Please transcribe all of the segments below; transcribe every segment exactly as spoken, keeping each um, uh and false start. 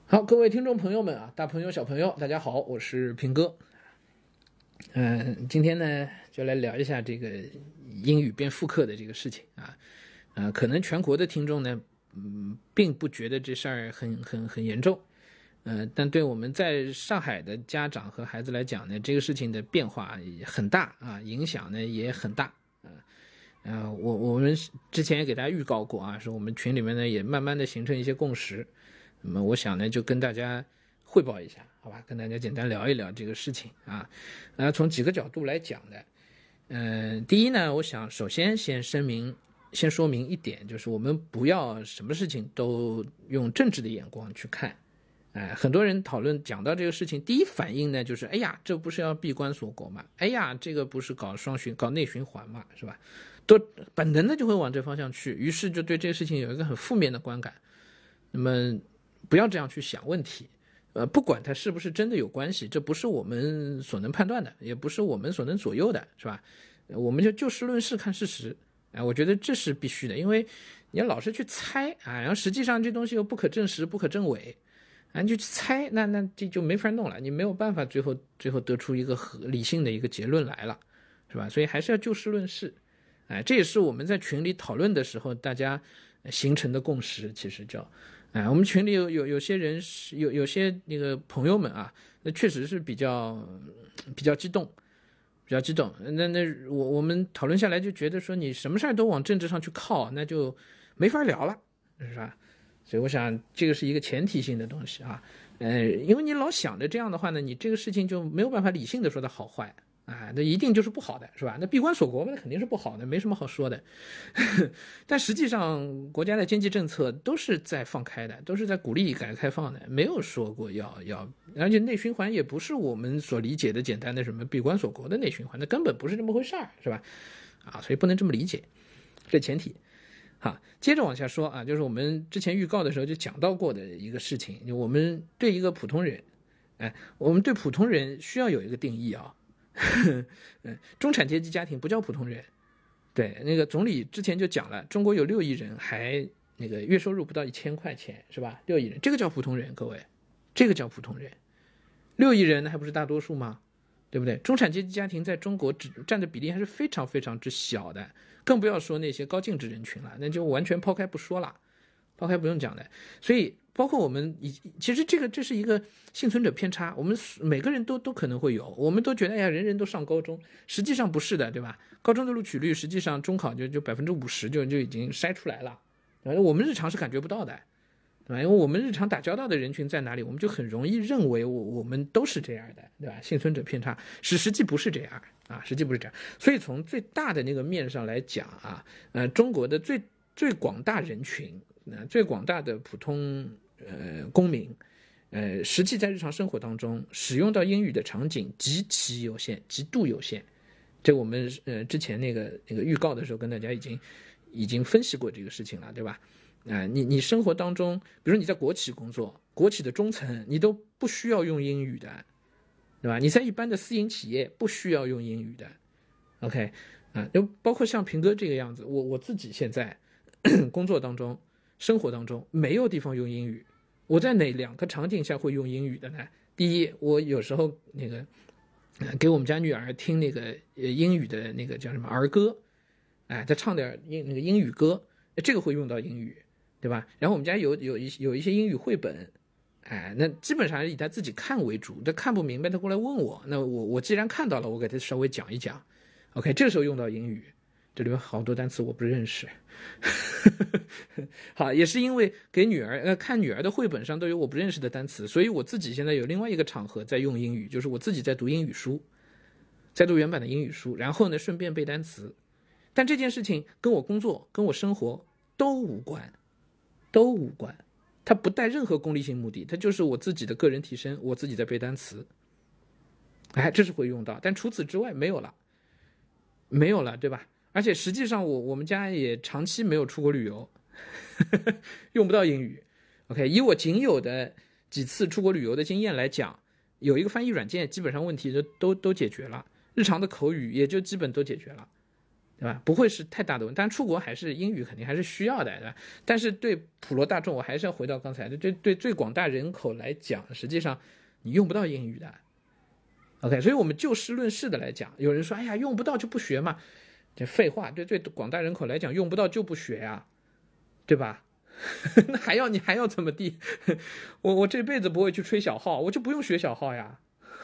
好，各位听众朋友们啊，大朋友小朋友，大家好，我是平哥。嗯，今天呢就来聊一下这个英语变复课的这个事情啊。呃，可能全国的听众呢，嗯，并不觉得这事儿很很很严重。呃，但对我们在上海的家长和孩子来讲呢，这个事情的变化很大啊，影响呢也很大啊。呃，我我们之前也给大家预告过啊，说我们群里面呢也慢慢的形成一些共识。那么我想呢，就跟大家汇报一下，好吧？跟大家简单聊一聊这个事情啊。呃，从几个角度来讲的。嗯、呃，第一呢，我想首先先声明，先说明一点，就是我们不要什么事情都用政治的眼光去看。哎，很多人讨论讲到这个事情，第一反应呢就是，哎呀，这不是要闭关锁国嘛？哎呀，这个不是搞双循、搞内循环嘛，是吧？都本能的就会往这方向去，于是就对这个事情有一个很负面的观感。那么不要这样去想问题，呃，不管它是不是真的有关系，这不是我们所能判断的，也不是我们所能左右的，是吧？我们就就事论事看事实，啊，我觉得这是必须的，因为你要老是去猜啊，然后实际上这东西又不可证实、不可证伪，啊，你就去猜，那那这就没法弄了，你没有办法最后最后得出一个合理性的一个结论来了，是吧？所以还是要就事论事，哎，这也是我们在群里讨论的时候大家形成的共识，其实叫。哎，我们群里有有有些人是有有些那个朋友们啊，那确实是比较比较激动，比较激动。那那我我们讨论下来就觉得说，你什么事儿都往政治上去靠，那就没法聊了，是吧？所以我想这个是一个前提性的东西啊。呃，因为你老想着这样的话呢，你这个事情就没有办法理性的说它好坏。啊，那一定就是不好的，是吧？那闭关锁国那肯定是不好的，没什么好说的。但实际上，国家的经济政策都是在放开的，都是在鼓励改革开放的，没有说过要要，而且内循环也不是我们所理解的简单的什么闭关锁国的内循环，那根本不是这么回事儿，是吧？啊，所以不能这么理解，这前提。好，接着往下说啊，就是我们之前预告的时候就讲到过的一个事情，就我们对一个普通人，哎，我们对普通人需要有一个定义啊。嗯，中产阶级家庭不叫普通人。对，那个总理之前就讲了，中国有六亿人还那个月收入不到一千块钱，是吧？六亿人，这个叫普通人，各位，这个叫普通人。六亿人还不是大多数吗？对不对？中产阶级家庭在中国只占的比例还是非常非常之小的，更不要说那些高净值人群了，那就完全抛开不说了，抛开不用讲的。所以包括我们，其实这个这是一个幸存者偏差，我们每个人都都可能会有，我们都觉得哎呀，人人都上高中，实际上不是的，对吧？高中的录取率实际上中考就就百分之五十就就已经筛出来了，我们日常是感觉不到的，对吧？因为我们日常打交道的人群在哪里，我们就很容易认为我我们都是这样的，对吧？幸存者偏差，实实际不是这样啊，实际不是这样。所以从最大的那个面上来讲啊，呃，中国的最最广大人群，呃，最广大的普通呃公民，呃，实际在日常生活当中使用到英语的场景极其有限，极度有限。这我们呃之前那个那个预告的时候跟大家已经已经分析过这个事情了，对吧？啊、呃，你你生活当中，比如你在国企工作，国企的中层你都不需要用英语的，对吧？你在一般的私营企业不需要用英语的 ，OK 啊，就包括像平哥这个样子，我我自己现在工作当中、生活当中没有地方用英语，我在哪两个场景下会用英语的呢？第一，我有时候那个。给我们家女儿听那个英语的那个叫什么儿歌，哎，她唱点英那个英语歌，这个会用到英语，对吧？然后我们家有有一有一些英语绘本，哎，那基本上以她自己看为主，她看不明白她过来问我，那我我既然看到了，我给她稍微讲一讲 ，OK， 这时候用到英语，这里面好多单词我不认识。好，也是因为给女儿呃看女儿的绘本上都有我不认识的单词，所以我自己现在有另外一个场合在用英语，就是我自己在读英语书，在读原版的英语书，然后呢顺便背单词。但这件事情跟我工作、跟我生活都无关，都无关，它不带任何功利性目的，它就是我自己的个人提升，我自己在背单词。哎，这是会用到，但除此之外没有了，没有了，对吧？而且实际上我我们家也长期没有出国旅游，用不到英语。OK， 以我仅有的几次出国旅游的经验来讲，有一个翻译软件，基本上问题都都都解决了，日常的口语也就基本都解决了。 对吧？不会是太大的问题。但出国还是英语肯定还是需要的，对吧？但是对普罗大众，我还是要回到刚才的，对对对最广大人口来讲，实际上你用不到英语的。OK， 所以我们就事论事的来讲，有人说，哎呀，用不到就不学嘛，这废话。对对广大人口来讲，用不到就不学呀，对吧？那还要你还要怎么地？我我这辈子不会去吹小号，我就不用学小号呀。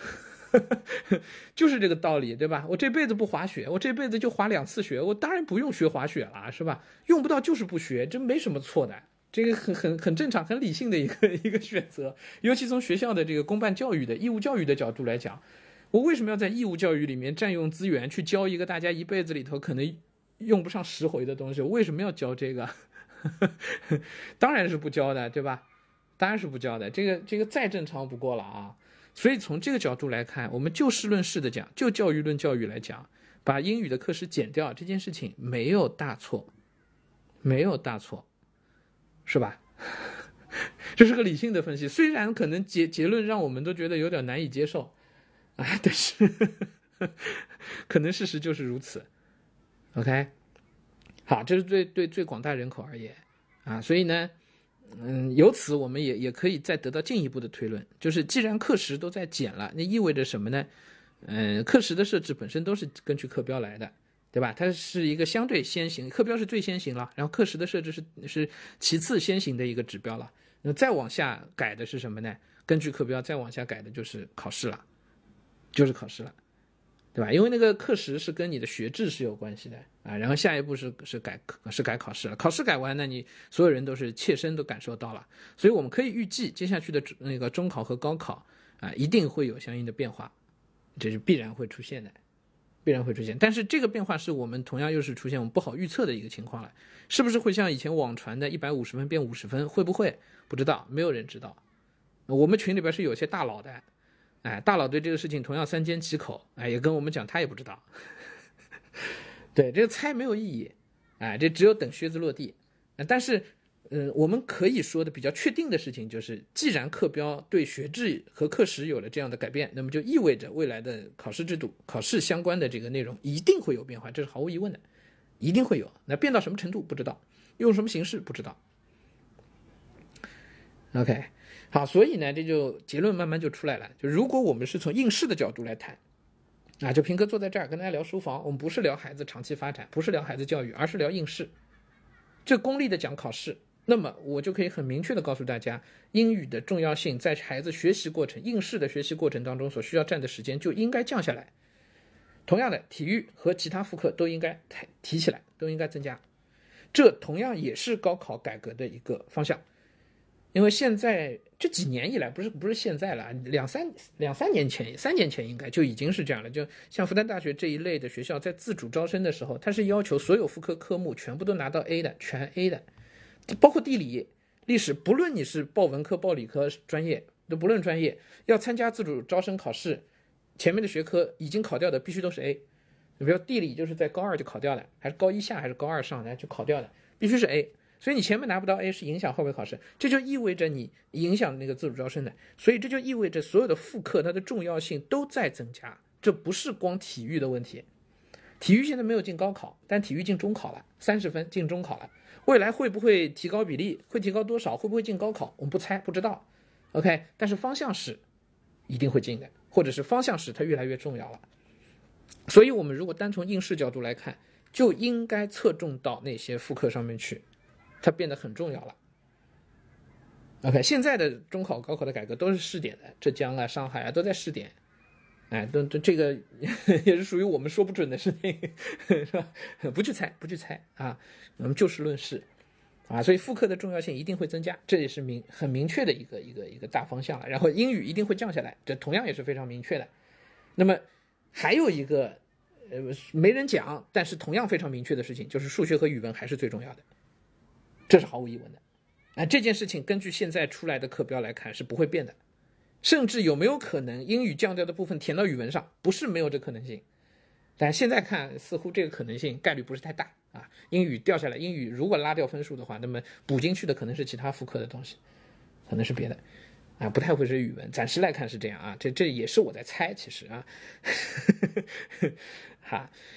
就是这个道理，对吧？我这辈子不滑雪，我这辈子就滑两次雪，我当然不用学滑雪了，是吧？用不到就是不学，这没什么错的，这个很很很正常、很理性的一个一个选择。尤其从学校的这个公办教育的义务教育的角度来讲，我为什么要在义务教育里面占用资源去教一个大家一辈子里头可能用不上十回的东西？我为什么要教这个？当然是不教的，对吧？当然是不教的，这个这个再正常不过了啊。所以从这个角度来看，我们就事论事的讲，就教育论教育来讲，把英语的课时减掉这件事情没有大错，没有大错，是吧？这是个理性的分析，虽然可能结结论让我们都觉得有点难以接受啊，但是可能事实就是如此。OK， 好，这是对对最广大人口而言啊，所以呢。嗯，由此我们也也可以再得到进一步的推论，就是既然课时都在减了，那意味着什么呢？嗯，课时的设置本身都是根据课标来的，对吧？它是一个相对先行，课标是最先行了，然后课时的设置是是其次先行的一个指标了。那再往下改的是什么呢？根据课标再往下改的就是考试了，就是考试了。对吧？因为那个课时是跟你的学制是有关系的啊，然后下一步是是改是改考试了，考试改完，那你所有人都是切身都感受到了，所以我们可以预计接下去的那个中考和高考啊，一定会有相应的变化，这是必然会出现的，必然会出现。但是这个变化是我们同样又是出现我们不好预测的一个情况了，是不是会像以前网传的一百五十分变五十分？会不会？不知道，没有人知道。我们群里边是有些大佬的。哎，大佬对这个事情同样三缄其口，哎，也跟我们讲他也不知道。对，这个猜没有意义，哎，这只有等靴子落地。但是，呃，我们可以说的比较确定的事情就是，既然课标对学制和课时有了这样的改变，那么就意味着未来的考试制度、考试相关的这个内容一定会有变化，这是毫无疑问的，一定会有。那变到什么程度不知道，用什么形式不知道。OK。好，所以呢，这就结论慢慢就出来了。就如果我们是从应试的角度来谈，啊，就平哥坐在这儿跟大家聊书房，我们不是聊孩子长期发展，不是聊孩子教育，而是聊应试。这功利的讲考试，那么我就可以很明确的告诉大家，英语的重要性在孩子学习过程、应试的学习过程当中所需要占的时间就应该降下来。同样的，体育和其他副课都应该提起来，都应该增加。这同样也是高考改革的一个方向。因为现在这几年以来，不是不是现在了，两三两三年前，三年前应该就已经是这样了。就像复旦大学这一类的学校，在自主招生的时候，它是要求所有副科科目全部都拿到 A 的，全 A 的，包括地理、历史，不论你是报文科、报理科专业，都不论专业，要参加自主招生考试，前面的学科已经考掉的必须都是 A。比如地理就是在高二就考掉的，还是高一下还是高二上来就考掉的，必须是 A。所以你前面拿不到 A 是影响后面考试，这就意味着你影响那个自主招生的，所以这就意味着所有的副课它的重要性都在增加，这不是光体育的问题。体育现在没有进高考，但体育进中考了，三十分进中考了，未来会不会提高比例，会提高多少，会不会进高考，我们不猜不知道 OK， 但是方向是一定会进的，或者是方向是它越来越重要了。所以我们如果单从应试角度来看，就应该侧重到那些副课上面去，它变得很重要了。OK， 现在的中考、高考的改革都是试点的，浙江啊、上海啊都在试点，哎，都都这个也是属于我们说不准的事情，是吧？不去猜，不去猜啊，我们就事论事啊。所以复课的重要性一定会增加，这也是明很明确的一个一个一个大方向了。然后英语一定会降下来，这同样也是非常明确的。那么还有一个呃没人讲，但是同样非常明确的事情，就是数学和语文还是最重要的。这是毫无疑问的，啊，这件事情根据现在出来的课标来看是不会变的，甚至有没有可能英语降掉的部分填到语文上，不是没有这可能性，但现在看似乎这个可能性概率不是太大啊。英语掉下来，英语如果拉掉分数的话，那么补进去的可能是其他副科的东西，可能是别的啊，不太会是语文，暂时来看是这样啊，这这也是我在猜，其实啊，哈。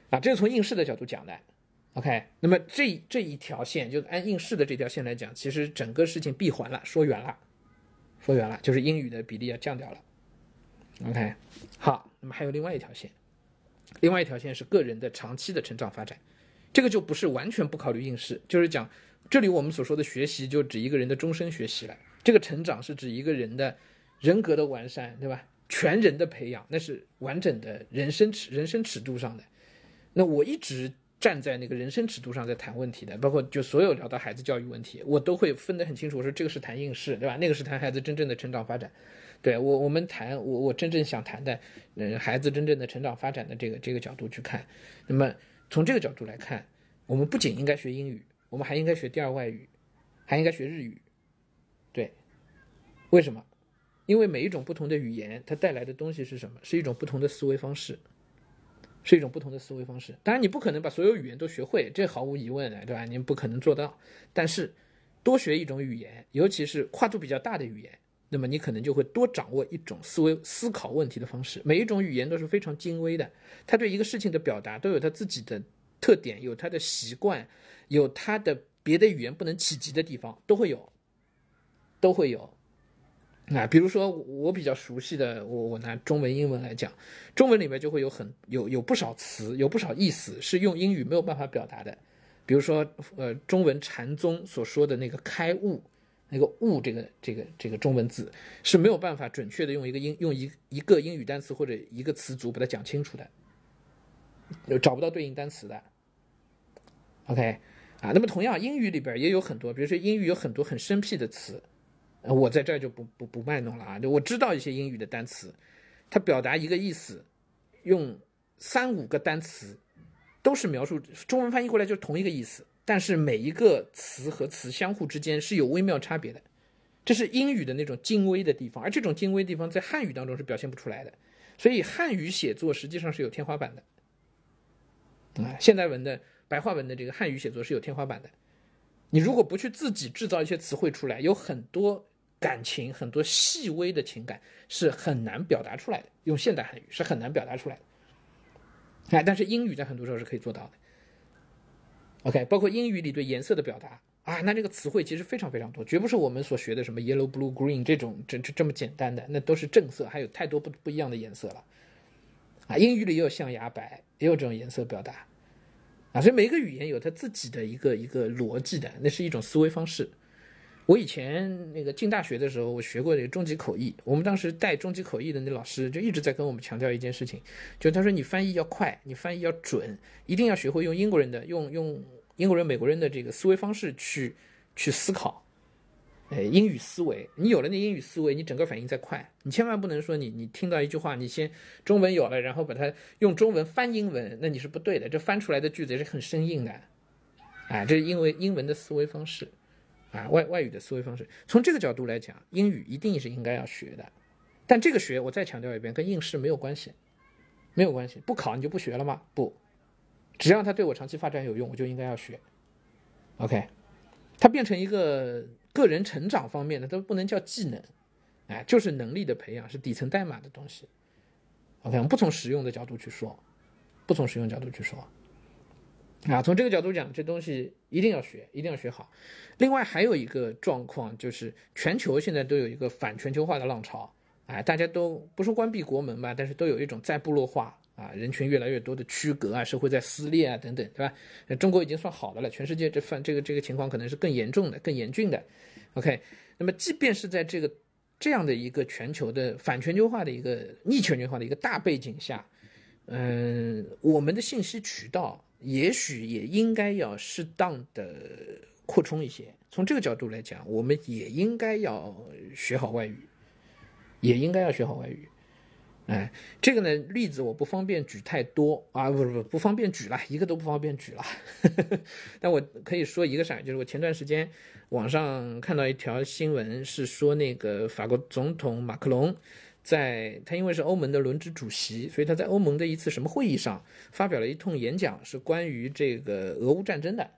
啊，这是从应试的角度讲的。OK， 那么这这一条线，就按应试的这条线来讲，其实整个事情闭环了，说远了，说远了，就是英语的比例要降掉了。OK， 好，那么还有另外一条线，另外一条线是个人的长期的成长发展，这个就不是完全不考虑应试，就是讲这里我们所说的学习，就指一个人的终身学习了。这个成长是指一个人的人格的完善，对吧？全人的培养，那是完整的人生尺人生尺度上的。那我一直站在那个人生尺度上在谈问题的，包括就所有聊到孩子教育问题，我都会分得很清楚。我说这个是谈应试，对吧？那个是谈孩子真正的成长发展。对我，我们谈我我真正想谈的，嗯，孩子真正的成长发展的这个这个角度去看。那么从这个角度来看，我们不仅应该学英语，我们还应该学第二外语，还应该学日语。对，为什么？因为每一种不同的语言，它带来的东西是什么？是一种不同的思维方式。是一种不同的思维方式。当然，你不可能把所有语言都学会，这毫无疑问的，对吧？你不可能做到。但是，多学一种语言，尤其是跨度比较大的语言，那么你可能就会多掌握一种思维思考问题的方式。每一种语言都是非常精微的，它对一个事情的表达都有它自己的特点，有它的习惯，有它的别的语言不能企及的地方，都会有，都会有。啊，比如说我比较熟悉的，我我拿中文、英文来讲，中文里面就会有很有有不少词，有不少意思是用英语没有办法表达的。比如说，呃，中文禅宗所说的那个开悟，那个悟这个这个这个中文字是没有办法准确的用一个英用一一个英语单词或者一个词组把它讲清楚的，找不到对应单词的。OK， 啊，那么同样英语里边也有很多，比如说英语有很多很生僻的词。我在这儿就不不不卖弄了啊！我知道一些英语的单词，它表达一个意思，用三五个单词，都是描述中文翻译过来就是同一个意思，但是每一个词和词相互之间是有微妙差别的，这是英语的那种精微的地方，而这种精微地方在汉语当中是表现不出来的，所以汉语写作实际上是有天花板的啊，现代文的白话文的这个汉语写作是有天花板的。你如果不去自己制造一些词汇出来，有很多感情，很多细微的情感是很难表达出来的，用现代汉语是很难表达出来的。哎，但是英语在很多时候是可以做到的。OK， 包括英语里对颜色的表达啊，那这个词汇其实非常非常多，绝不是我们所学的什么 yellow blue green 这种这这么简单的，那都是正色，还有太多不不一样的颜色了。啊，英语里也有象牙白，也有这种颜色表达。啊，所以每一个语言有它自己的一个一个逻辑的，那是一种思维方式。我以前那个进大学的时候，我学过这个中级口译，我们当时带中级口译的那老师就一直在跟我们强调一件事情，就他说你翻译要快，你翻译要准，一定要学会用英国人的用用英国人、美国人的这个思维方式去去思考。哎，英语思维，你有了那英语思维，你整个反应再快，你千万不能说你你听到一句话，你先中文有了，然后把它用中文翻英文，那你是不对的，这翻出来的句子也是很生硬的，啊，这是因为英文的思维方式，啊，外外语的思维方式。从这个角度来讲，英语一定是应该要学的，但这个学我再强调一遍，跟应试没有关系，没有关系，不考你就不学了吗？不，只要它对我长期发展有用，我就应该要学。OK， 它变成一个个人成长方面的，都不能叫技能，哎，就是能力的培养，是底层代码的东西。OK， 我们不从实用的角度去说，不从实用角度去说，啊，从这个角度讲，这东西一定要学，一定要学好。另外还有一个状况就是，全球现在都有一个反全球化的浪潮，哎，大家都不说关闭国门吧，但是都有一种再部落化啊，人群越来越多的区隔啊，社会在撕裂啊，等等，对吧？中国已经算好的了，全世界这范这个这个情况可能是更严重的、更严峻的。OK， 那么即便是在这个这样的一个全球的反全球化的一个逆全球化的一个大背景下，嗯，我们的信息渠道也许也应该要适当的扩充一些。从这个角度来讲，我们也应该要学好外语，也应该要学好外语。哎，这个呢例子我不方便举太多啊，不不不不方便举了，一个都不方便举了。但我可以说一个啥，就是我前段时间网上看到一条新闻，是说那个法国总统马克龙，在他因为是欧盟的轮值主席，所以他在欧盟的一次什么会议上发表了一通演讲，是关于这个俄乌战争的。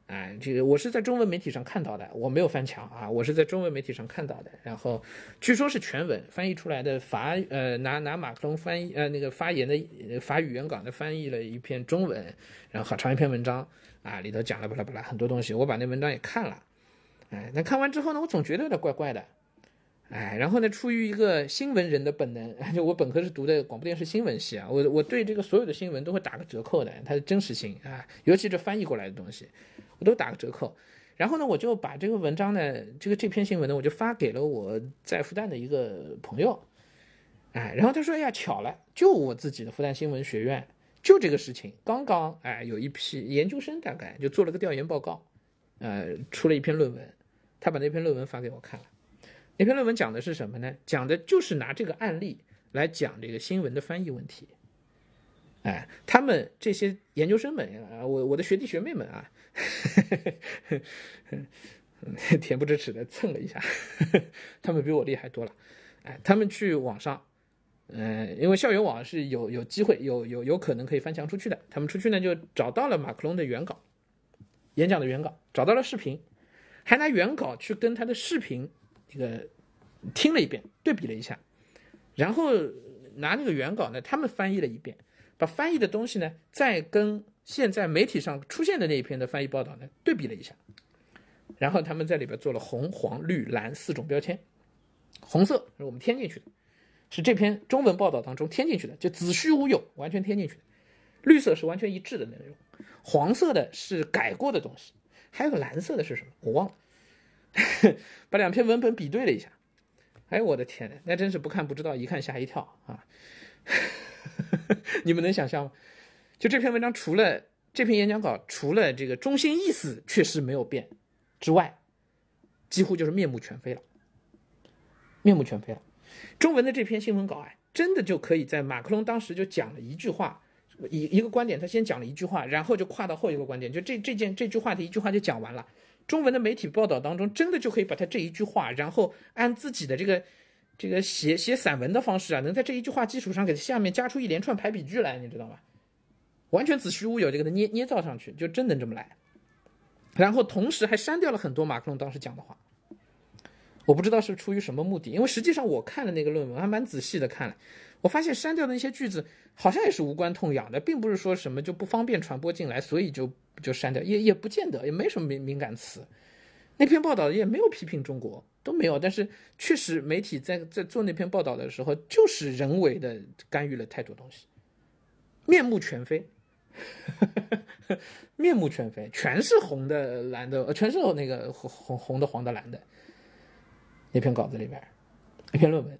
哎，这个我是在中文媒体上看到的，我没有翻墙啊，我是在中文媒体上看到的。然后据说是全文翻译出来的法，呃，拿拿马克龙翻译呃那个发言的呃法语原稿的翻译了一篇中文，然后好长一篇文章啊，里头讲了巴拉巴拉很多东西，我把那文章也看了，哎，那看完之后呢，我总觉得有点怪怪的。哎，然后呢，出于一个新闻人的本能，就我本科是读的广播电视新闻系啊，我我对这个所有的新闻都会打个折扣的，它的真实性啊，尤其是翻译过来的东西，我都打个折扣。然后呢，我就把这个文章呢，这个这篇新闻呢，我就发给了我在复旦的一个朋友，哎，然后他说，哎呀，巧了，就我自己的复旦新闻学院，就这个事情，刚刚哎有一批研究生大概就做了个调研报告，呃，出了一篇论文，他把那篇论文发给我看了。那篇论文讲的是什么呢？讲的就是拿这个案例来讲这个新闻的翻译问题。哎，他们这些研究生们啊，我我的学弟学妹们啊，恬不知耻的蹭了一下，他们比我厉害多了。哎，他们去网上，嗯、呃，因为校园网是有有机会有有有可能可以翻墙出去的，他们出去呢就找到了马克龙的原稿，演讲的原稿，找到了视频，还拿原稿去跟他的视频。这个听了一遍，对比了一下，然后拿那个原稿呢，他们翻译了一遍，把翻译的东西呢，再跟现在媒体上出现的那一篇的翻译报道呢对比了一下，然后他们在里边做了红、黄、绿、蓝四种标签，红色是我们添进去的，是这篇中文报道当中添进去的，就子虚乌有，完全添进去的；绿色是完全一致的内容，黄色的是改过的东西，还有个蓝色的是什么？我忘了。把两篇文本比对了一下，哎，我的天，那真是不看不知道，一看吓一跳啊！你们能想象吗？就这篇文章，除了这篇演讲稿，除了这个中心意思确实没有变之外，几乎就是面目全非了，面目全非了。中文的这篇新闻稿，哎，真的就可以在马克龙当时就讲了一句话，一一个观点，他先讲了一句话，然后就跨到后一个观点，就这这件这句话的一句话就讲完了。中文的媒体报道当中，真的就可以把他这一句话，然后按自己的这个这个写写散文的方式啊，能在这一句话基础上给下面加出一连串排比句来，你知道吗？完全子虚乌有，这个捏捏造上去，就真能这么来。然后同时还删掉了很多马克龙当时讲的话，我不知道是出于什么目的，因为实际上我看了那个论文，还蛮仔细的看了，我发现删掉的那些句子好像也是无关痛痒的，并不是说什么就不方便传播进来，所以就就删掉，也也不见得，也没什么敏敏感词。那篇报道也没有批评中国，都没有，但是确实媒体在在做那篇报道的时候，就是人为的干预了太多东西，面目全非，面目全非，全是红的、蓝的，全是那个红红的、黄的、蓝的。那篇稿子里边，那篇论文，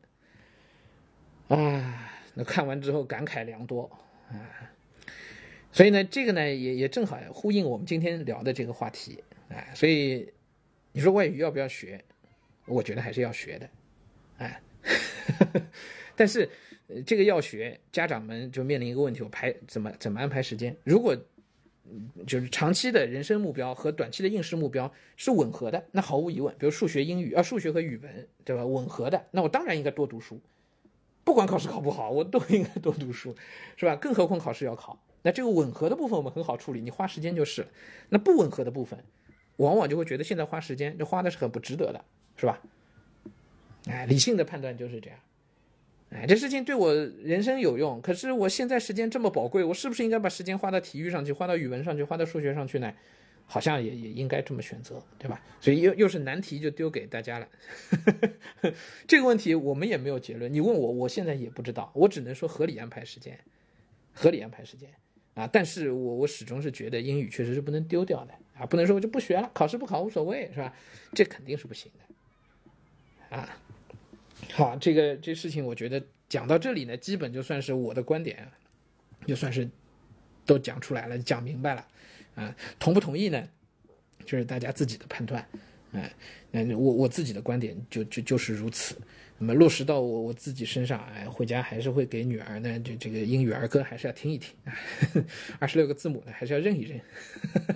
啊，那看完之后感慨良多啊。所以呢，这个呢也也正好呼应我们今天聊的这个话题啊。所以你说外语要不要学？我觉得还是要学的，哎。但是这个要学，家长们就面临一个问题：我排怎么怎么安排时间？如果就是长期的人生目标和短期的应试目标是吻合的，那毫无疑问，比如数学、英语啊，数学和语文，对吧？吻合的，那我当然应该多读书，不管考试考不好，我都应该多读书，是吧？更何况考试要考，那这个吻合的部分我们很好处理，你花时间就是了。那不吻合的部分，往往就会觉得现在花时间，这花的是很不值得的，是吧？哎，理性的判断就是这样。哎，这事情对我人生有用，可是我现在时间这么宝贵，我是不是应该把时间花到体育上去，花到语文上去，花到数学上去呢？好像也也应该这么选择，对吧？所以又又是难题就丢给大家了。这个问题我们也没有结论，你问我，我现在也不知道，我只能说合理安排时间，合理安排时间啊。但是我我始终是觉得英语确实是不能丢掉的啊，不能说我就不学了，考试不考无所谓，是吧？这肯定是不行的啊。好，这个这事情我觉得讲到这里呢，基本就算是我的观点，就算是都讲出来了，讲明白了啊。同不同意呢？就是大家自己的判断，哎、啊，我我自己的观点就就就是如此。那么落实到我我自己身上，哎，回家还是会给女儿呢，就这个英语儿歌还是要听一听，二十六个字母呢还是要认一认。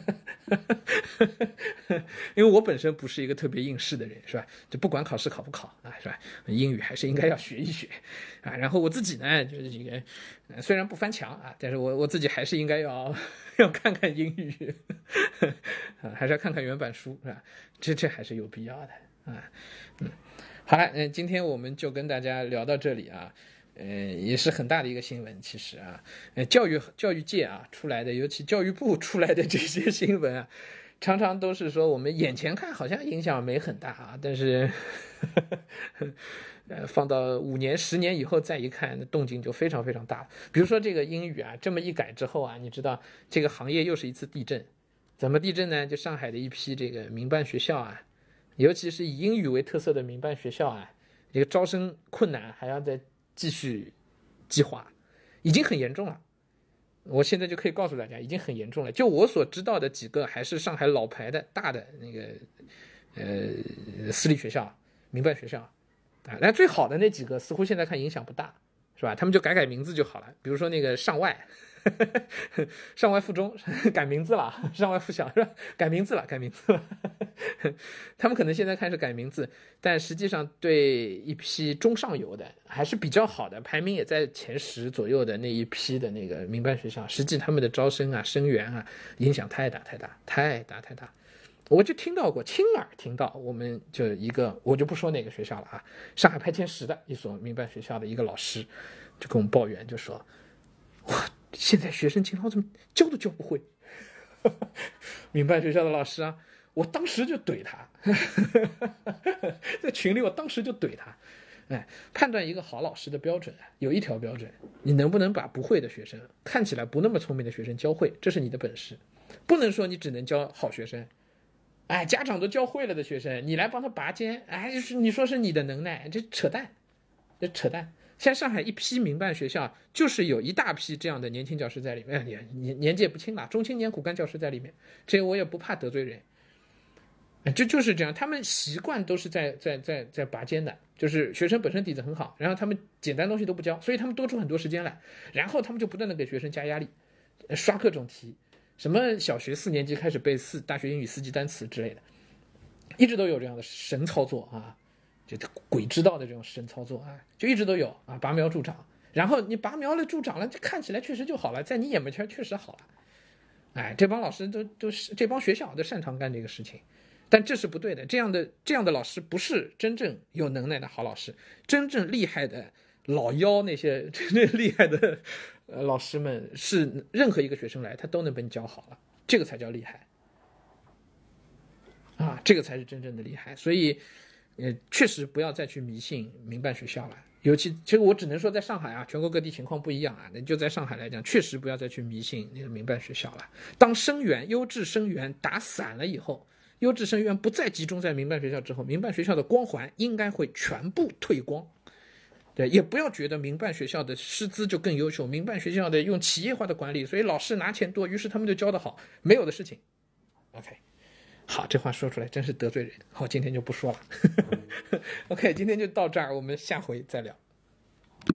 因为我本身不是一个特别应试的人，是吧？就不管考试考不考啊，是吧？英语还是应该要学一学啊。然后我自己呢，就是这个虽然不翻墙啊，但是我我自己还是应该要要看看英语啊，还是要看看原版书，是吧？这这还是有必要的啊。嗯，好了，嗯，今天我们就跟大家聊到这里啊。呃，也是很大的一个新闻，其实啊，呃，教育教育界啊出来的，尤其教育部出来的这些新闻啊，常常都是说我们眼前看好像影响没很大啊，但是，呃，放到五年、十年以后再一看，动静就非常非常大。比如说这个英语啊，这么一改之后啊，你知道这个行业又是一次地震，怎么地震呢？就上海的一批这个民办学校啊，尤其是以英语为特色的民办学校啊，这个招生困难还要再继续激化，已经很严重了。我现在就可以告诉大家，已经很严重了。就我所知道的几个还是上海老牌的大的那个呃私立学校、民办学校啊，那最好的那几个似乎现在看影响不大，是吧？他们就改改名字就好了，比如说那个上外。上外附中改名字了，上外附小是吧？改名字了，改名字了。他们可能现在开始改名字，但实际上对一批中上游的还是比较好的，排名也在前十左右的那一批的那个民办学校，实际他们的招生啊、生源啊，影响太大太大太大太大。我就听到过，亲耳听到，我们就一个，我就不说哪个学校了啊，上海排前十的一所民办学校的一个老师，就跟我们抱怨，就说，哇。现在学生情况怎么教都教不会，民办学校的老师啊，我当时就怼他，在群里我当时就怼他，哎，判断一个好老师的标准有一条标准，你能不能把不会的学生，看起来不那么聪明的学生教会，这是你的本事，不能说你只能教好学生，哎，家长都教会了的学生，你来帮他拔尖，哎，就是你说是你的能耐，这扯淡，这扯淡。现在上海一批民办学校，就是有一大批这样的年轻教师在里面，年年年纪也不轻了，中青年骨干教师在里面，这我也不怕得罪人，这就是这样，他们习惯都是在在在在拔尖的，就是学生本身底子很好，然后他们简单东西都不教，所以他们多出很多时间来，然后他们就不断的给学生加压力，刷各种题，什么小学四年级开始背四大学英语四级单词之类的，一直都有这样的神操作啊。就鬼知道的这种神操作啊，就一直都有啊，拔苗助长，然后你拔苗了助长了，这看起来确实就好了，在你眼门前确实好了，哎，这帮老师都都是这帮学校都擅长干这个事情，但这是不对的，这样的这样的老师不是真正有能耐的好老师，真正厉害的老妖那些真正厉害的呃老师们是任何一个学生来他都能被你教好了，这个才叫厉害啊，这个才是真正的厉害，所以。呃，确实不要再去迷信民办学校了，尤其其实我只能说在上海啊，全国各地情况不一样啊，那就在上海来讲，确实不要再去迷信那个民办学校了。当生源优质生源打散了以后，优质生源不再集中在民办学校之后，民办学校的光环应该会全部退光。对，也不要觉得民办学校的师资就更优秀，民办学校的用企业化的管理，所以老师拿钱多，于是他们就教得好，没有的事情。OK。好，这话说出来真是得罪人。好，今天就不说了。OK， 今天就到这儿，我们下回再聊。